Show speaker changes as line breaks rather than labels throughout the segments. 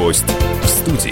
Гость в студии.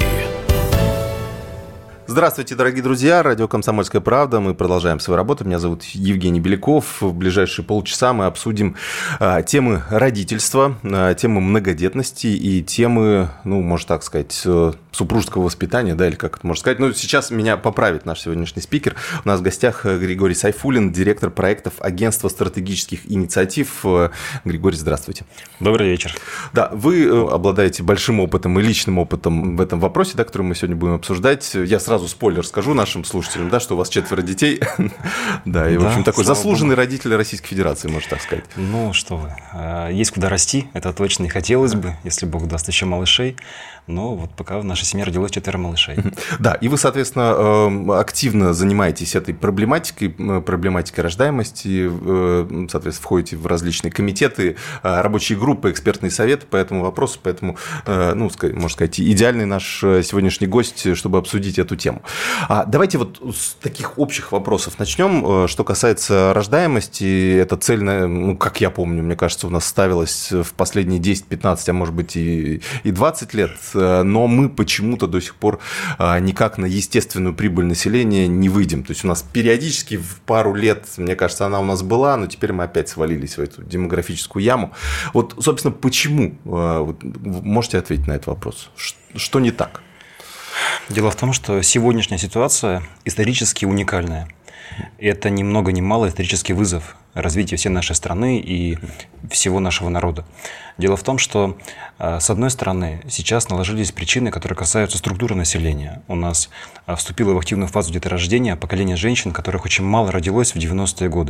Здравствуйте, дорогие друзья. Радио «Комсомольская правда». Мы продолжаем свою работу. Меня зовут Евгений Беляков. В ближайшие полчаса мы обсудим темы родительства, темы многодетности и темы, можно так сказать, супружеского воспитания, да, или как это можно сказать. Сейчас меня поправит наш сегодняшний спикер. У нас в гостях Григорий Сайфуллин, директор проектов Агентства стратегических инициатив. Григорий, здравствуйте.
Добрый вечер.
Да, вы обладаете большим опытом и личным опытом в этом вопросе, да, который мы сегодня будем обсуждать. Я сразу спойлер скажу нашим слушателям, да, что у вас 4 детей. Да, и, в общем, такой заслуженный родитель Российской Федерации, можно так сказать.
Ну, что вы. Есть куда расти, это точно и хотелось бы, если Бог даст еще малышей. Но вот пока в нашей семье родилось 4 малышей.
Да, и вы, соответственно, активно занимаетесь этой проблематикой рождаемости, соответственно, входите в различные комитеты, рабочие группы, экспертные советы по этому вопросу, поэтому, можно сказать, идеальный наш сегодняшний гость, чтобы обсудить эту тему. Давайте вот с таких общих вопросов начнем. Что касается рождаемости, эта цель, как я помню, мне кажется, у нас ставилась в последние 10-15, а может быть и 20 лет, но мы почему-то до сих пор никак на естественную прибыль населения не выйдем. То есть у нас периодически в пару лет, мне кажется, она у нас была, но теперь мы опять свалились в эту демографическую яму. Вот, собственно, почему? Можете ответить на этот вопрос? Что не так?
Дело в том, что сегодняшняя ситуация исторически уникальная. Это ни много ни мало исторический вызов развитию всей нашей страны и всего нашего народа. Дело в том, что, с одной стороны, сейчас наложились причины, которые касаются структуры населения. У нас вступило в активную фазу деторождения поколение женщин, которых очень мало родилось в 90-е годы.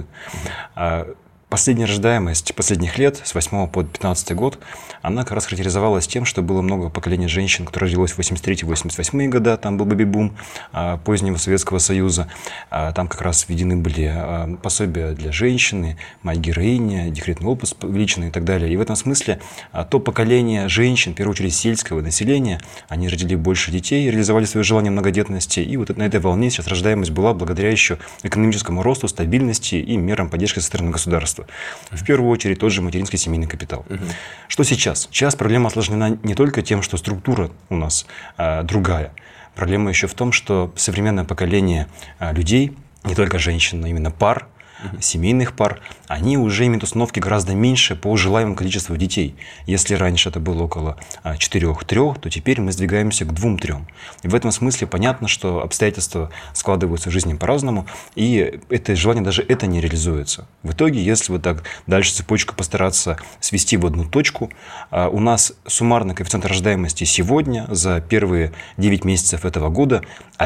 Последняя рождаемость последних лет, с 8 по 15 год, она как раз характеризовалась тем, что было много поколений женщин, которые родилось в 83-88 годы, там был бэби-бум позднего Советского Союза, там как раз введены были пособия для женщины, мать-героиня, декретный отпуск увеличенный и так далее. И в этом смысле то поколение женщин, в первую очередь сельского населения, они родили больше детей, реализовали свое желание многодетности, и вот на этой волне сейчас рождаемость была благодаря еще экономическому росту, стабильности и мерам поддержки со стороны государства. В первую очередь тот же материнский семейный капитал. Что сейчас? Сейчас проблема осложнена не только тем, что структура у нас другая. Проблема еще в том, что современное поколение людей, не только женщин, но именно пар, семейных пар, они уже имеют установки гораздо меньше по желаемому количеству детей. Если раньше это было около 4-3, то теперь мы сдвигаемся к 2-3. И в этом смысле понятно, что обстоятельства складываются в жизни по-разному, и это желание даже это не реализуется. В итоге, если вот так дальше цепочку постараться свести в одну точку, у нас суммарный коэффициент рождаемости сегодня за первые 9 месяцев этого года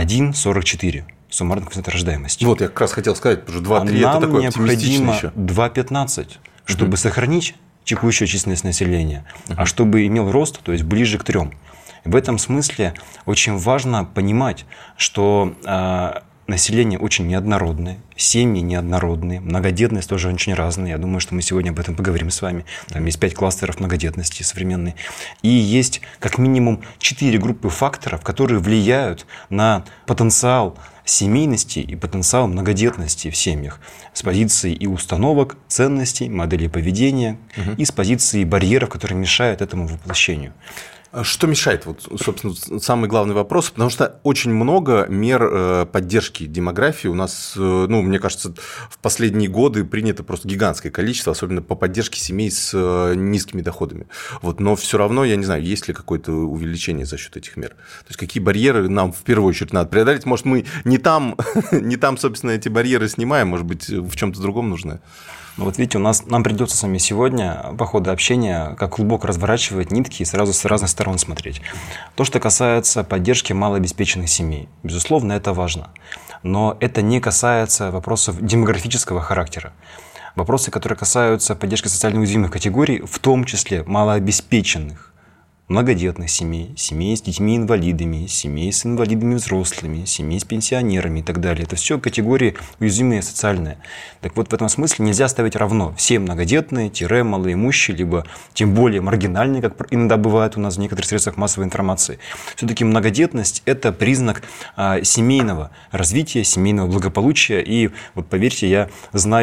1,44. Суммарный коэффициент рождаемости.
Вот, я как раз хотел сказать, потому что 2-3 это такое оптимистичное еще.
Нам необходимо 2,15, чтобы сохранить текущую численность населения, а чтобы имел рост, то есть ближе к 3. В этом смысле очень важно понимать, что население очень неоднородное, семьи неоднородные, многодетность тоже очень разная. Я думаю, что мы сегодня об этом поговорим с вами. Там есть 5 кластеров многодетности современной. И есть как минимум 4 группы факторов, которые влияют на потенциал семейности и потенциал многодетности в семьях с позиции и установок, ценностей, моделей поведения и с позиции барьеров, которые мешают этому воплощению.
Что мешает? Вот, собственно, самый главный вопрос, потому что очень много мер поддержки демографии у нас, мне кажется, в последние годы принято просто гигантское количество, особенно по поддержке семей с низкими доходами. Вот, но все равно, я не знаю, есть ли какое-то увеличение за счет этих мер. То есть, какие барьеры нам в первую очередь надо преодолеть? Может, мы не там, собственно, эти барьеры снимаем, может быть, в чем-то другом нужно?
Вот видите, нам придется с вами сегодня по ходу общения как клубок разворачивать нитки и сразу с разных сторон смотреть. То, что касается поддержки малообеспеченных семей, безусловно, это важно. Но это не касается вопросов демографического характера. Вопросы, которые касаются поддержки социально уязвимых категорий, в том числе малообеспеченных, многодетных семей, семей с детьми-инвалидами, семей с инвалидами взрослыми, семей с пенсионерами и так далее. Это все категории уязвимые социальные. Так вот, в этом смысле нельзя ставить равно все многодетные, малоимущие, либо тем более маргинальные, как иногда бывает у нас в некоторых средствах массовой информации. Все-таки многодетность – это признак семейного развития, семейного благополучия. И вот поверьте, я знаю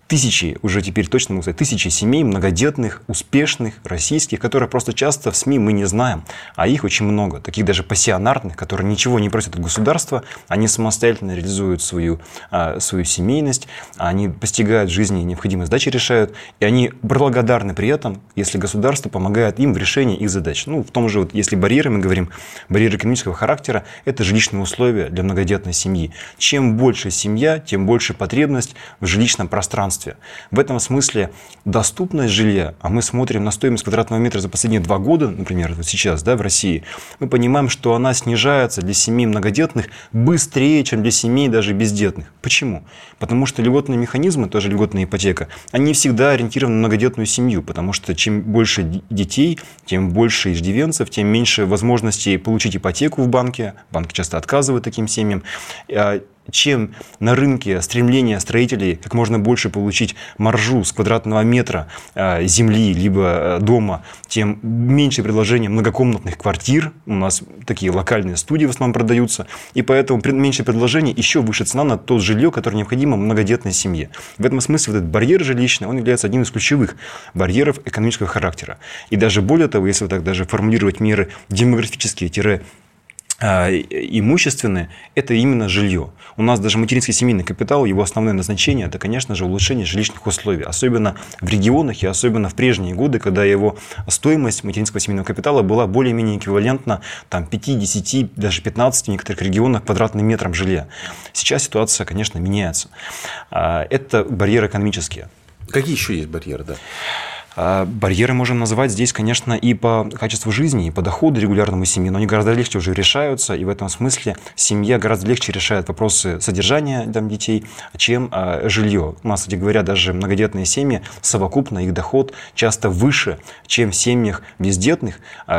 тысячи, уже теперь точно могу сказать, тысячи семей многодетных, успешных, российских, которые просто часто в СМИ мы не знаем, а их очень много, таких даже пассионарных, которые ничего не просят от государства, они самостоятельно реализуют свою семейность, они постигают в жизни необходимые задачи, решают, и они благодарны при этом, если государство помогает им в решении их задач. В том же, если барьеры, мы говорим, барьеры экономического характера, это жилищные условия для многодетной семьи. Чем больше семья, тем больше потребность в жилищном пространстве. В этом смысле доступность жилья, а мы смотрим на стоимость квадратного метра за последние 2 года, например, вот сейчас, в России, мы понимаем, что она снижается для семей многодетных быстрее, чем для семей даже бездетных. Почему? Потому что льготные механизмы, тоже льготная ипотека, они всегда ориентированы на многодетную семью, потому что чем больше детей, тем больше иждивенцев, тем меньше возможностей получить ипотеку в банке. Банки часто отказывают таким семьям. Чем на рынке стремление строителей как можно больше получить маржу с квадратного метра земли либо дома, тем меньше предложение многокомнатных квартир. У нас такие локальные студии в основном продаются. И поэтому меньше предложений, еще выше цена на то жилье, которое необходимо многодетной семье. В этом смысле вот этот барьер жилищный, он является одним из ключевых барьеров экономического характера. И даже более того, если вот так даже формулировать меры демографические имущественные, это именно жилье. У нас даже материнский семейный капитал, его основное назначение, это, конечно же, улучшение жилищных условий. Особенно в регионах и особенно в прежние годы, когда его стоимость материнского семейного капитала была более-менее эквивалентна 5, 10, даже 15 в некоторых регионах квадратным метрам жилья. Сейчас ситуация, конечно, меняется. Это барьеры экономические.
Какие еще есть барьеры, да?
Барьеры можем назвать здесь, конечно, и по качеству жизни, и по доходу регулярному семьи, но они гораздо легче уже решаются, и в этом смысле семья гораздо легче решает вопросы содержания детей, чем жилье. У нас, кстати говоря, даже многодетные семьи, совокупно их доход часто выше, чем в семьях бездетных.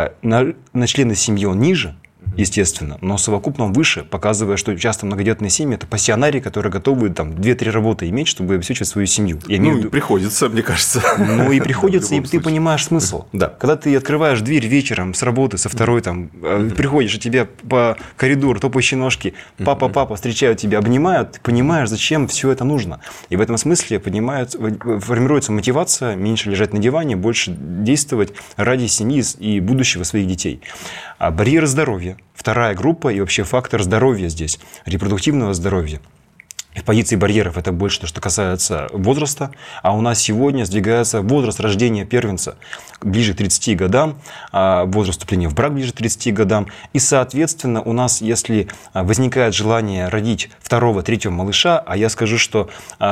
На члены семьи он ниже, естественно, но совокупно он выше, показывая, что часто многодетные семьи – это пассионарии, которые готовы 2-3 работы иметь, чтобы обеспечивать свою семью.
Приходится, мне кажется.
И приходится, и ты понимаешь смысл.
Да.
Когда ты открываешь дверь вечером с работы, со второй, приходишь, и тебе по коридору топающие ножки, папа, встречают тебя, обнимают, ты понимаешь, зачем все это нужно. И в этом смысле формируется мотивация меньше лежать на диване, больше действовать ради семьи и будущего своих детей. Барьеры здоровья. Вторая группа и вообще фактор здоровья здесь, репродуктивного здоровья. В позиции барьеров это больше то, что касается возраста, а у нас сегодня сдвигается возраст рождения первенца ближе к 30 годам, возраст вступления в брак ближе к 30 годам. И, соответственно, у нас, если возникает желание родить 2-3 малыша, а я скажу, что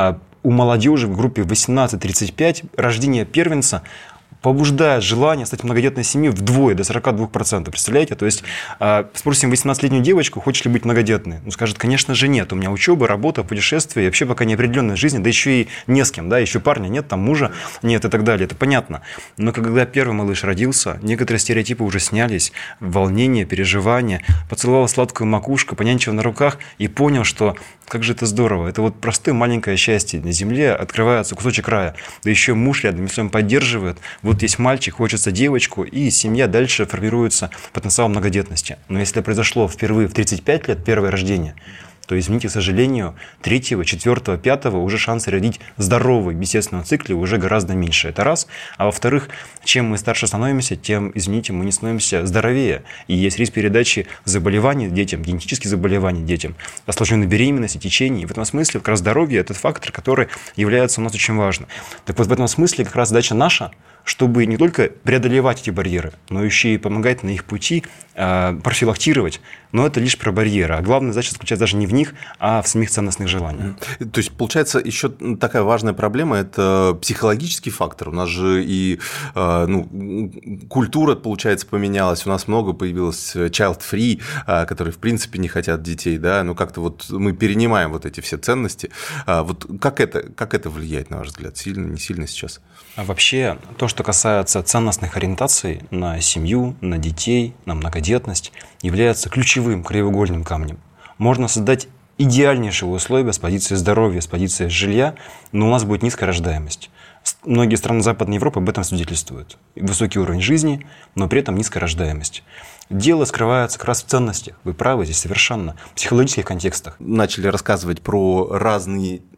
у молодежи в группе 18-35 рождение первенца побуждает желание стать многодетной семьей вдвое, до 42%. Представляете? То есть спросим 18-летнюю девочку, хочешь ли быть многодетной? Скажет, конечно же нет. У меня учеба, работа, путешествия, и вообще пока неопределенная жизнь, да еще и не с кем, да, еще парня нет, мужа нет и так далее. Это понятно. Но когда первый малыш родился, некоторые стереотипы уже снялись, волнение, переживания, поцеловал сладкую макушку, понянчил на руках и понял, что как же это здорово. Это простое маленькое счастье. На земле открывается кусочек рая. Да еще муж рядом, если он поддерживает. Вот есть мальчик, хочется девочку, и семья дальше формируется потенциал многодетности. Но если это произошло впервые в 35 лет, первое рождение, то, извините, к сожалению, 3-го, 4-го, 5-го уже шансы родить здоровый в естественном цикле уже гораздо меньше. Это раз. А во-вторых, чем мы старше становимся, тем, извините, мы не становимся здоровее. И есть риск передачи заболеваний детям, генетических заболеваний детям, осложненной беременности, течений. И в этом смысле как раз здоровье – это фактор, который является у нас очень важным. Так вот, в этом смысле как раз задача наша, чтобы не только преодолевать эти барьеры, но еще и помогать на их пути, профилактировать. Но это лишь про барьеры. А главная задача заключается даже не в них, а в самих ценностных желаниях.
То есть, получается, еще такая важная проблема – это психологический фактор. У нас же и культура, получается, поменялась. У нас много появилось child-free, которые, в принципе, не хотят детей. Да? Как-то мы перенимаем эти все ценности. Как это влияет, на ваш взгляд? Сильно, не сильно сейчас?
А вообще, то, что касается ценностных ориентаций на семью, на детей, на многодетность, является ключевым краеугольным камнем. Можно создать идеальнейшие условия с позиции здоровья, с позиции жилья, но у нас будет низкая рождаемость. Многие страны Западной Европы об этом свидетельствуют. Высокий уровень жизни, но при этом низкая рождаемость. Дело скрывается как раз в ценностях. Вы правы здесь совершенно. В психологических контекстах.
Начали рассказывать про разные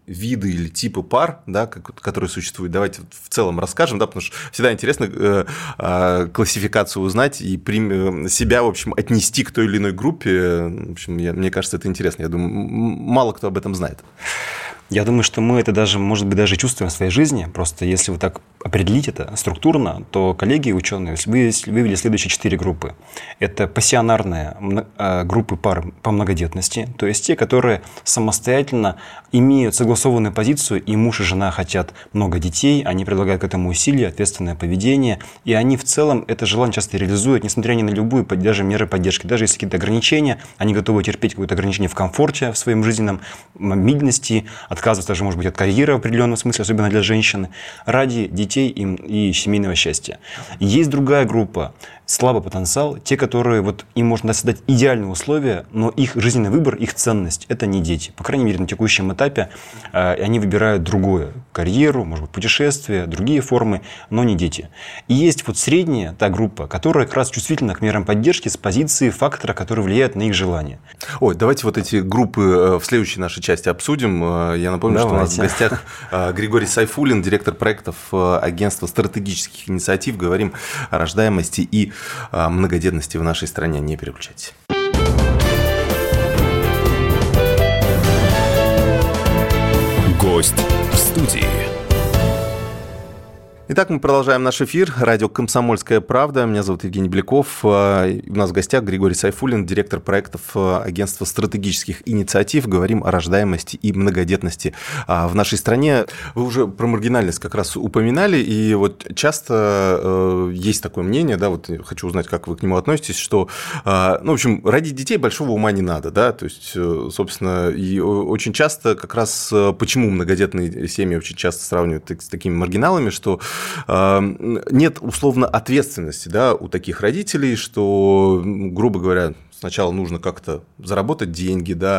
виды или типы пар, да, которые существуют. Давайте в целом расскажем, да, потому что всегда интересно классификацию узнать и себя, в общем, отнести к той или иной группе. В общем, мне кажется, это интересно. Я думаю, мало кто об этом знает.
Я думаю, что мы это даже, может быть, даже чувствуем в своей жизни. Просто если вот так определить это структурно, то коллеги и ученые вывели следующие 4 группы. Это пассионарные группы пар по многодетности, то есть те, которые самостоятельно имеют согласованную позицию, и муж и жена хотят много детей, они предлагают к этому усилия, ответственное поведение, и они в целом это желание часто реализуют, несмотря ни на любую даже меры поддержки. Даже если какие-то ограничения, они готовы терпеть какое-то ограничение в комфорте, в своем жизненном мобильности, отказываться даже, может быть, от карьеры в определенном смысле, особенно для женщины, ради детей и семейного счастья. Есть другая группа, слабый потенциал, те, которые им можно создать идеальные условия, но их жизненный выбор, их ценность – это не дети. По крайней мере, на текущем этапе они выбирают другое – карьеру, может быть, путешествия, другие формы, но не дети. И есть средняя та группа, которая как раз чувствительна к мерам поддержки с позиции фактора, который влияет на их желание.
Ой, давайте эти группы в следующей нашей части обсудим. Я напомню, что у нас в гостях Григорий Сайфуллин, директор проектов агентства стратегических инициатив. Говорим о рождаемости и многодетности в нашей стране. Не переключайтесь.
Гость в студии.
Итак, мы продолжаем наш эфир. Радио «Комсомольская правда». Меня зовут Евгений Беляков. У нас в гостях Григорий Сайфуллин, директор проектов агентства стратегических инициатив. Говорим о рождаемости и многодетности в нашей стране. Вы уже про маргинальность как раз упоминали, и часто есть такое мнение, да, хочу узнать, как вы к нему относитесь, что, в общем, родить детей большого ума не надо, да, то есть, собственно, и очень часто как раз почему многодетные семьи очень часто сравнивают с такими маргиналами, что нет условно ответственности, да, у таких родителей, что, грубо говоря, сначала нужно как-то заработать деньги, да,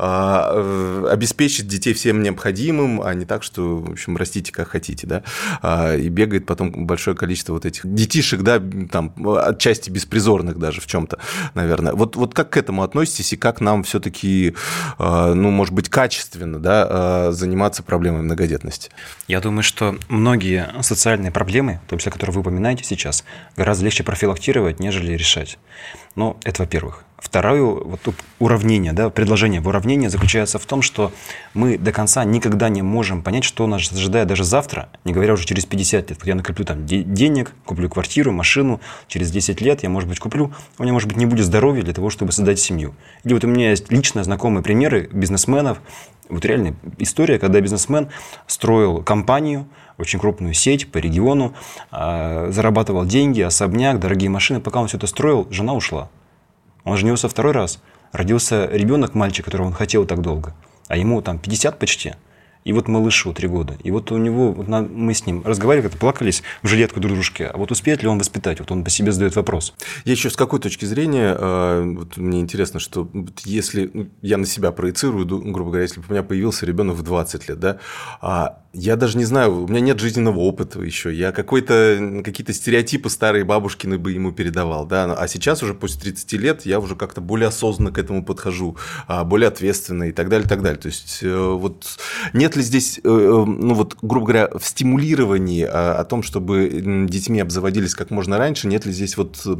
обеспечить детей всем необходимым, а не так, что, в общем, растите как хотите, да, и бегает потом большое количество этих детишек, да, там, отчасти беспризорных даже в чем-то, наверное. Вот как к этому относитесь и как нам все-таки, может быть, качественно, да, заниматься проблемой многодетности?
Я думаю, что многие социальные проблемы, в том числе, которые вы упоминаете сейчас, гораздо легче профилактировать, нежели решать. Но это во-первых. Второе уравнение, да, предложение в уравнении заключается в том, что мы до конца никогда не можем понять, что нас ожидает даже завтра, не говоря уже через 50 лет. Я накоплю там денег, куплю квартиру, машину, через 10 лет я, может быть, куплю, у меня, может быть, не будет здоровья для того, чтобы создать семью. Или у меня есть лично знакомые примеры бизнесменов, реальная история, когда бизнесмен строил компанию, очень крупную сеть по региону, зарабатывал деньги, особняк, дорогие машины. Пока он все это строил, жена ушла. Он женился второй раз. Родился ребенок, мальчик, которого он хотел так долго. А ему там 50 почти. И малышу 3 года. И у него, мы с ним разговаривали, как-то плакались в жилетку дружки. А успеет ли он воспитать? Он по себе задает вопрос.
Я еще с какой точки зрения, мне интересно, что если я на себя проецирую, грубо говоря, если бы у меня появился ребенок в 20 лет, да, я даже не знаю, у меня нет жизненного опыта еще, я какие-то стереотипы старые бабушкины бы ему передавал, да, а сейчас уже после 30 лет я уже как-то более осознанно к этому подхожу, более ответственно и так далее, так далее. То есть нет ли здесь, грубо говоря, в стимулировании о том, чтобы детьми обзаводились как можно раньше, нет ли здесь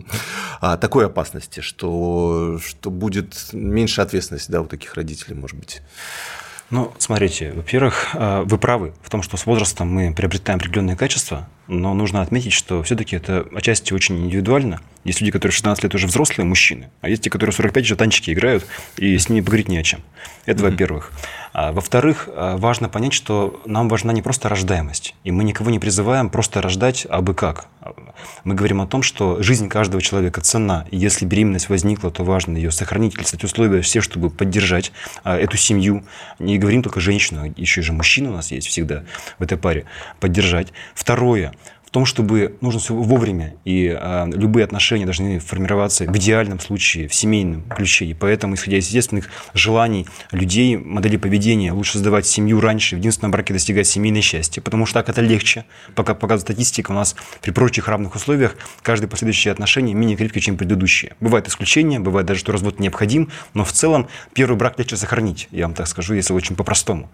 такой опасности, что будет меньше ответственности, да, у таких родителей, может быть?
Смотрите, во-первых, вы правы в том, что с возрастом мы приобретаем определенные качества, но нужно отметить, что все-таки это отчасти очень индивидуально. Есть люди, которые в 16 лет уже взрослые мужчины, а есть те, которые в 45 уже танчики играют, и с ними поговорить не о чем. Это во-первых. Во-вторых, важно понять, что нам важна не просто рождаемость, и мы никого не призываем просто рождать абы как. Мы говорим о том, что жизнь каждого человека ценна, и если беременность возникла, то важно ее сохранить, или создать условия все, чтобы поддержать эту семью. Не говорим только женщину, еще и же мужчина у нас есть всегда в этой паре, поддержать. Второе. том, чтобы нужно все вовремя, и любые отношения должны формироваться в идеальном случае, в семейном ключе. И поэтому, исходя из естественных желаний людей, модели поведения, лучше создавать семью раньше, в единственном браке достигать семейное счастье, потому что так это легче. Пока показывает статистика, у нас при прочих равных условиях каждое последующее отношение менее крепкое, чем предыдущее. Бывают исключения, бывает даже, что развод необходим, но в целом первый брак легче сохранить, я вам так скажу, если очень по-простому.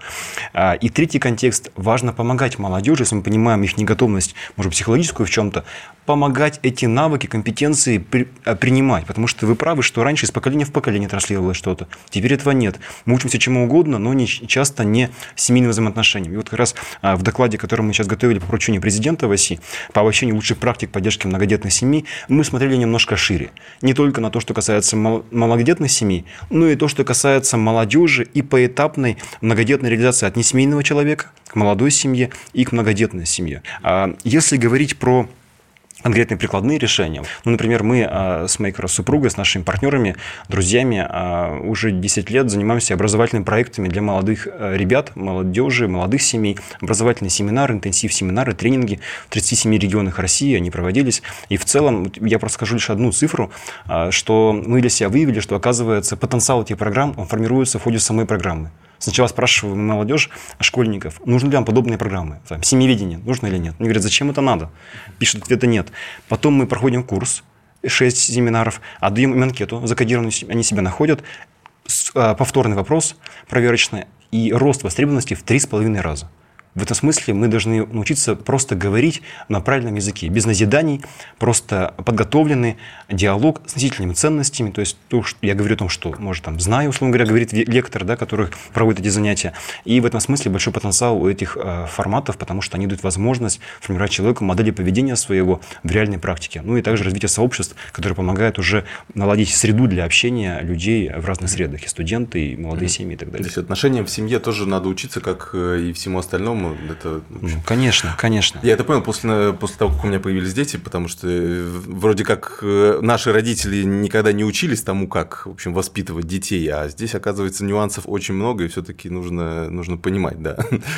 И третий контекст – важно помогать молодежи, если мы понимаем их неготовность, может, психологическую в чем-то, помогать эти навыки, компетенции принимать. Потому что вы правы, что раньше из поколения в поколение транслировалось что-то. Теперь этого нет. Мы учимся чему угодно, но часто не семейным взаимоотношениям. И вот как раз в докладе, который мы сейчас готовили по поручению президента в ОСИ, по обобщению лучших практик поддержки многодетных семей, мы смотрели немножко шире. Не только на то, что касается малогодетных семей, но и то, что касается молодежи и поэтапной многодетной реализации от несемейного человека к молодой семье и к многодетной семье. Если говорить про конкретные прикладные решения. Например, мы с моей супругой, с нашими партнерами, друзьями уже 10 лет занимаемся образовательными проектами для молодых ребят, молодежи, молодых семей. Образовательные семинары, интенсив-семинары, тренинги в 37 регионах России они проводились. И в целом, я просто скажу лишь одну цифру, что мы для себя выявили, что, оказывается, потенциал этих программ, он формируется в ходе самой программы. Сначала спрашиваем молодежь, школьников, нужны ли вам подобные программы? Семьеведение нужно или нет? Они говорят, зачем это надо? Пишут, ответа нет. Потом мы проходим курс, 6 семинаров, отдаем им анкету закодированную, они себя находят, повторный вопрос, проверочный, и рост востребованности в 3,5 раза. В этом смысле мы должны научиться просто говорить на правильном языке, без назиданий, просто подготовленный диалог с носительными ценностями. То есть то, что я говорю о том, что, может, знаю, условно говоря, говорит лектор, который проводит эти занятия. И в этом смысле большой потенциал у этих форматов, потому что они дают возможность формировать человеку модели поведения своего в реальной практике. И также развитие сообществ, которые помогают уже наладить среду для общения людей в разных средах, и студенты, и молодые семьи, и так далее.
То есть отношениям в семье тоже надо учиться, как и всему остальному. Это,
конечно.
Я это понял после того, как у меня появились дети, потому что вроде как наши родители никогда не учились тому, как, в общем, воспитывать детей, а здесь, оказывается, нюансов очень много, и все-таки нужно понимать, да.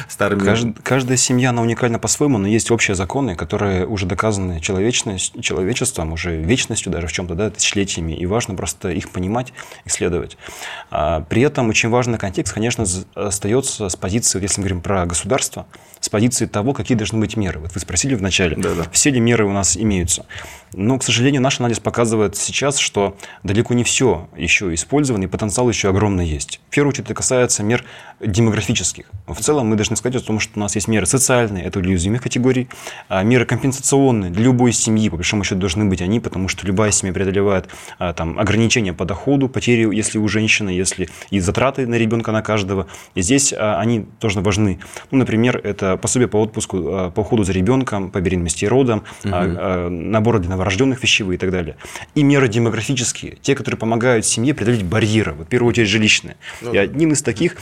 Каждая семья, она уникальна по-своему, но есть общие законы, которые уже доказаны человечеством, уже вечностью даже в чем-то, тысячелетиями, и важно просто их понимать, исследовать. При этом очень важный контекст, конечно, остается с позиции, если мы говорим про государство, с позиции того, какие должны быть меры. Вот вы спросили вначале, все ли меры у нас имеются. Но, к сожалению, наш анализ показывает сейчас, что далеко не все еще использовано, и потенциал еще огромный есть. В первую очередь, это касается мер демографических. В целом, мы должны сказать о том, что у нас есть меры социальные, это для уязвимых категорий, меры компенсационные для любой семьи, по большому счету, должны быть они, потому что любая семья преодолевает ограничения по доходу, потери, если у женщины, если и затраты на ребенка на каждого. И здесь они тоже важны. Например, это пособие по отпуску, по уходу за ребенком, по беременности и родам, наборы для новорожденных вещевые и так далее. И меры демографические, те, которые помогают семье преодолеть барьеры, в первую очередь жилищные. И одним из таких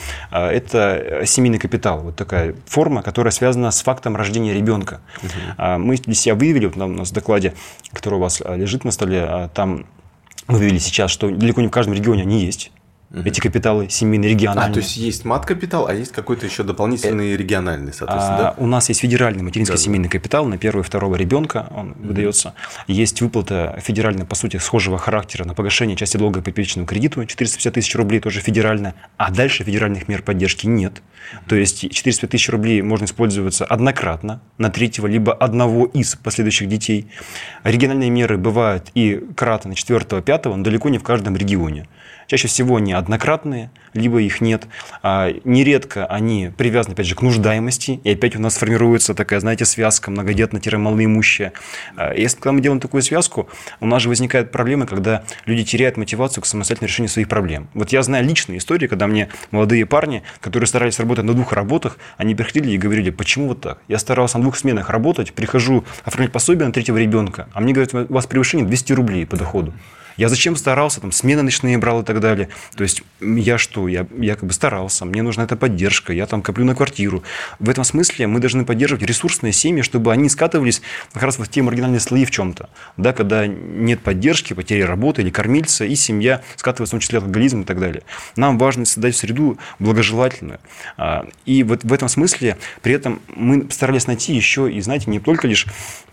это семейный капитал, вот такая форма, которая связана с фактом рождения ребенка. Мы для себя выявили, вот у нас в докладе, который у вас лежит на столе, там мы выявили сейчас, что далеко не в каждом регионе они есть. Эти капиталы семейные, региональные.
То есть есть мат-капитал, а есть какой-то еще дополнительный региональный, соответственно, да?
У нас есть федеральный материнский семейный капитал на первого и второго ребенка, он выдается. Есть выплата федеральная, по сути, схожего характера на погашение части долга по ипотечному кредиту, 450 тысяч рублей, тоже федеральная, а дальше федеральных мер поддержки нет. То есть 450 тысяч рублей можно использоваться однократно на третьего, либо одного из последующих детей. Региональные меры бывают и кратно на четвертого, пятого, но далеко не в каждом регионе. Чаще всего они однократные, либо их нет. Нередко они привязаны, опять же, к нуждаемости. И опять у нас формируется такая, знаете, связка многодетно-малоимущая. Если когда мы делаем такую связку, у нас же возникают проблемы, когда люди теряют мотивацию к самостоятельному решению своих проблем. Вот я знаю личные истории, когда мне молодые парни, которые старались работать на 2 работах, они приходили и говорили, почему вот так? Я старался на 2 сменах работать, прихожу оформлять пособие на 3-го ребенка, а мне говорят, у вас превышение 200 рублей по доходу. Я зачем старался, смены ночные брал и так далее. То есть я что? Я как бы старался, мне нужна эта поддержка, я коплю на квартиру. В этом смысле мы должны поддерживать ресурсные семьи, чтобы они скатывались как раз в те маргинальные слои в чем-то. Да, когда нет поддержки, потери работы или кормильца, и семья скатывается в том числе в алкоголизм и так далее. Нам важно создать среду благожелательную. И вот в этом смысле при этом мы старались найти еще и, знаете, не только лишь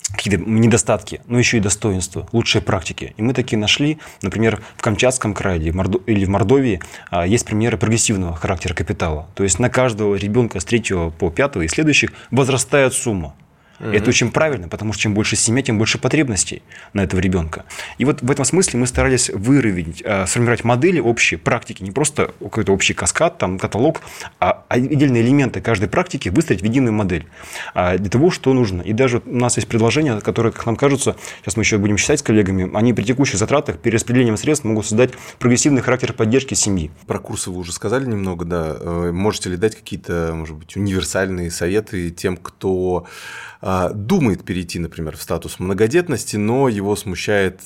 какие-то недостатки, но еще и достоинства, лучшие практики. И мы такие нашли, например, в Камчатском крае или в Мордовии есть примеры прогрессивного характера капитала. То есть на каждого ребенка с 3 по 5 и следующих возрастает сумма. Это очень правильно, потому что чем больше семья, тем больше потребностей на этого ребенка. И вот в этом смысле мы старались выровнять, сформировать модели общие, практики, не просто какой-то общий каскад, там, каталог, а отдельные элементы каждой практики выстроить в единую модель. Для того, что нужно. И даже у нас есть предложения, которые, как нам кажется, сейчас мы еще будем считать с коллегами, они при текущих затратах перераспределением средств могут создать прогрессивный характер поддержки семьи.
Про курсы вы уже сказали немного, да. Можете ли дать какие-то, может быть, универсальные советы тем, кто думает перейти, например, в статус многодетности, но его смущают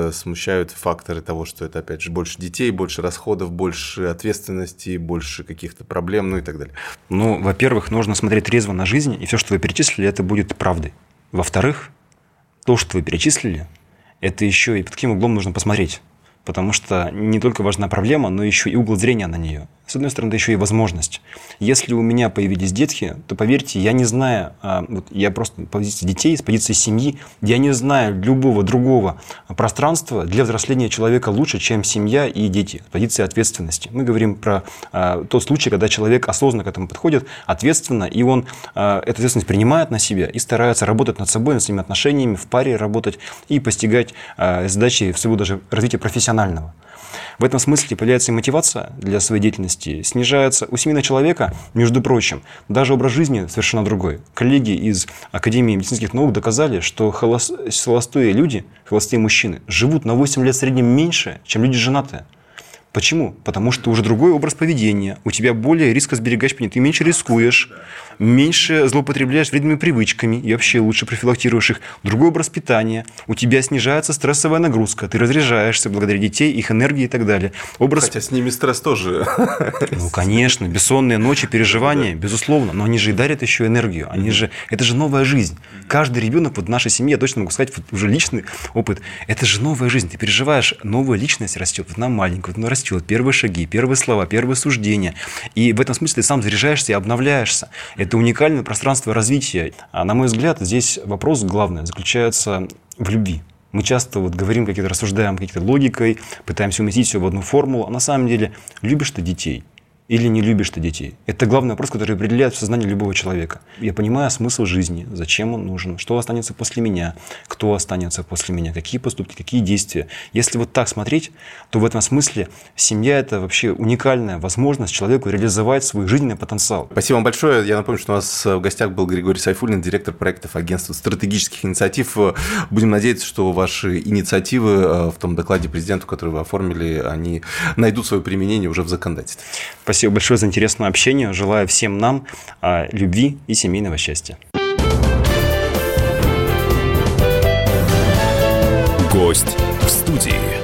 факторы того, что это, опять же, больше детей, больше расходов, больше ответственности, больше каких-то проблем, ну и так далее?
Ну, во-первых, нужно смотреть трезво на жизнь, и все, что вы перечислили, это будет правдой. Во-вторых, то, что вы перечислили, это еще и под каким углом нужно посмотреть. Потому что не только важна проблема, но еще и угол зрения на нее. С одной стороны, это еще и возможность. Если у меня появились детки, то, поверьте, я не знаю, я просто с позиции детей, с позиции семьи, я не знаю любого другого пространства для взросления человека лучше, чем семья и дети, с позиции ответственности. Мы говорим про тот случай, когда человек осознанно к этому подходит, ответственно, и он эту ответственность принимает на себя и старается работать над собой, над своими отношениями, в паре работать и постигать задачи своего даже развития профессионального. В этом смысле появляется и мотивация для своей деятельности, снижается у семейного человека, между прочим, даже образ жизни совершенно другой. Коллеги из Академии медицинских наук доказали, что холостые люди, холостые мужчины, живут на 8 лет в среднем меньше, чем люди женатые. Почему? Потому что уже другой образ поведения, у тебя более рискосберегающий поведение, ты меньше рискуешь, меньше злоупотребляешь вредными привычками и вообще лучше профилактируешь их. Другой образ питания, у тебя снижается стрессовая нагрузка, ты разряжаешься благодаря детей, их энергии и так далее.
Хотя с ними стресс тоже.
Ну, конечно, бессонные ночи, переживания, безусловно, но они же и дарят еще энергию, это же новая жизнь. Каждый ребенок в нашей семье, я точно могу сказать, уже личный опыт, это же новая жизнь, ты переживаешь, новая личность растет, вот она маленькая, вот она растет, первые шаги, первые слова, первые суждения. И в этом смысле ты сам заряжаешься и обновляешься. Это уникальное пространство развития. А на мой взгляд, здесь вопрос главный заключается в любви. Мы часто говорим, какие-то рассуждаем какой-то логикой, пытаемся уместить все в одну формулу, а на самом деле любишь ты детей или не любишь ты детей? Это главный вопрос, который определяет сознание любого человека. Я понимаю смысл жизни, зачем он нужен, что останется после меня, кто останется после меня, какие поступки, какие действия. Если вот так смотреть, то в этом смысле семья – это вообще уникальная возможность человеку реализовать свой жизненный потенциал.
Спасибо вам большое. Я напомню, что у нас в гостях был Григорий Сайфуллин, директор проектов Агентства стратегических инициатив. Будем надеяться, что ваши инициативы в том докладе президенту, который вы оформили, они найдут свое применение уже в законодательстве.
Спасибо большое за интересное общение. Желаю всем нам любви и семейного счастья.
Гость в студии.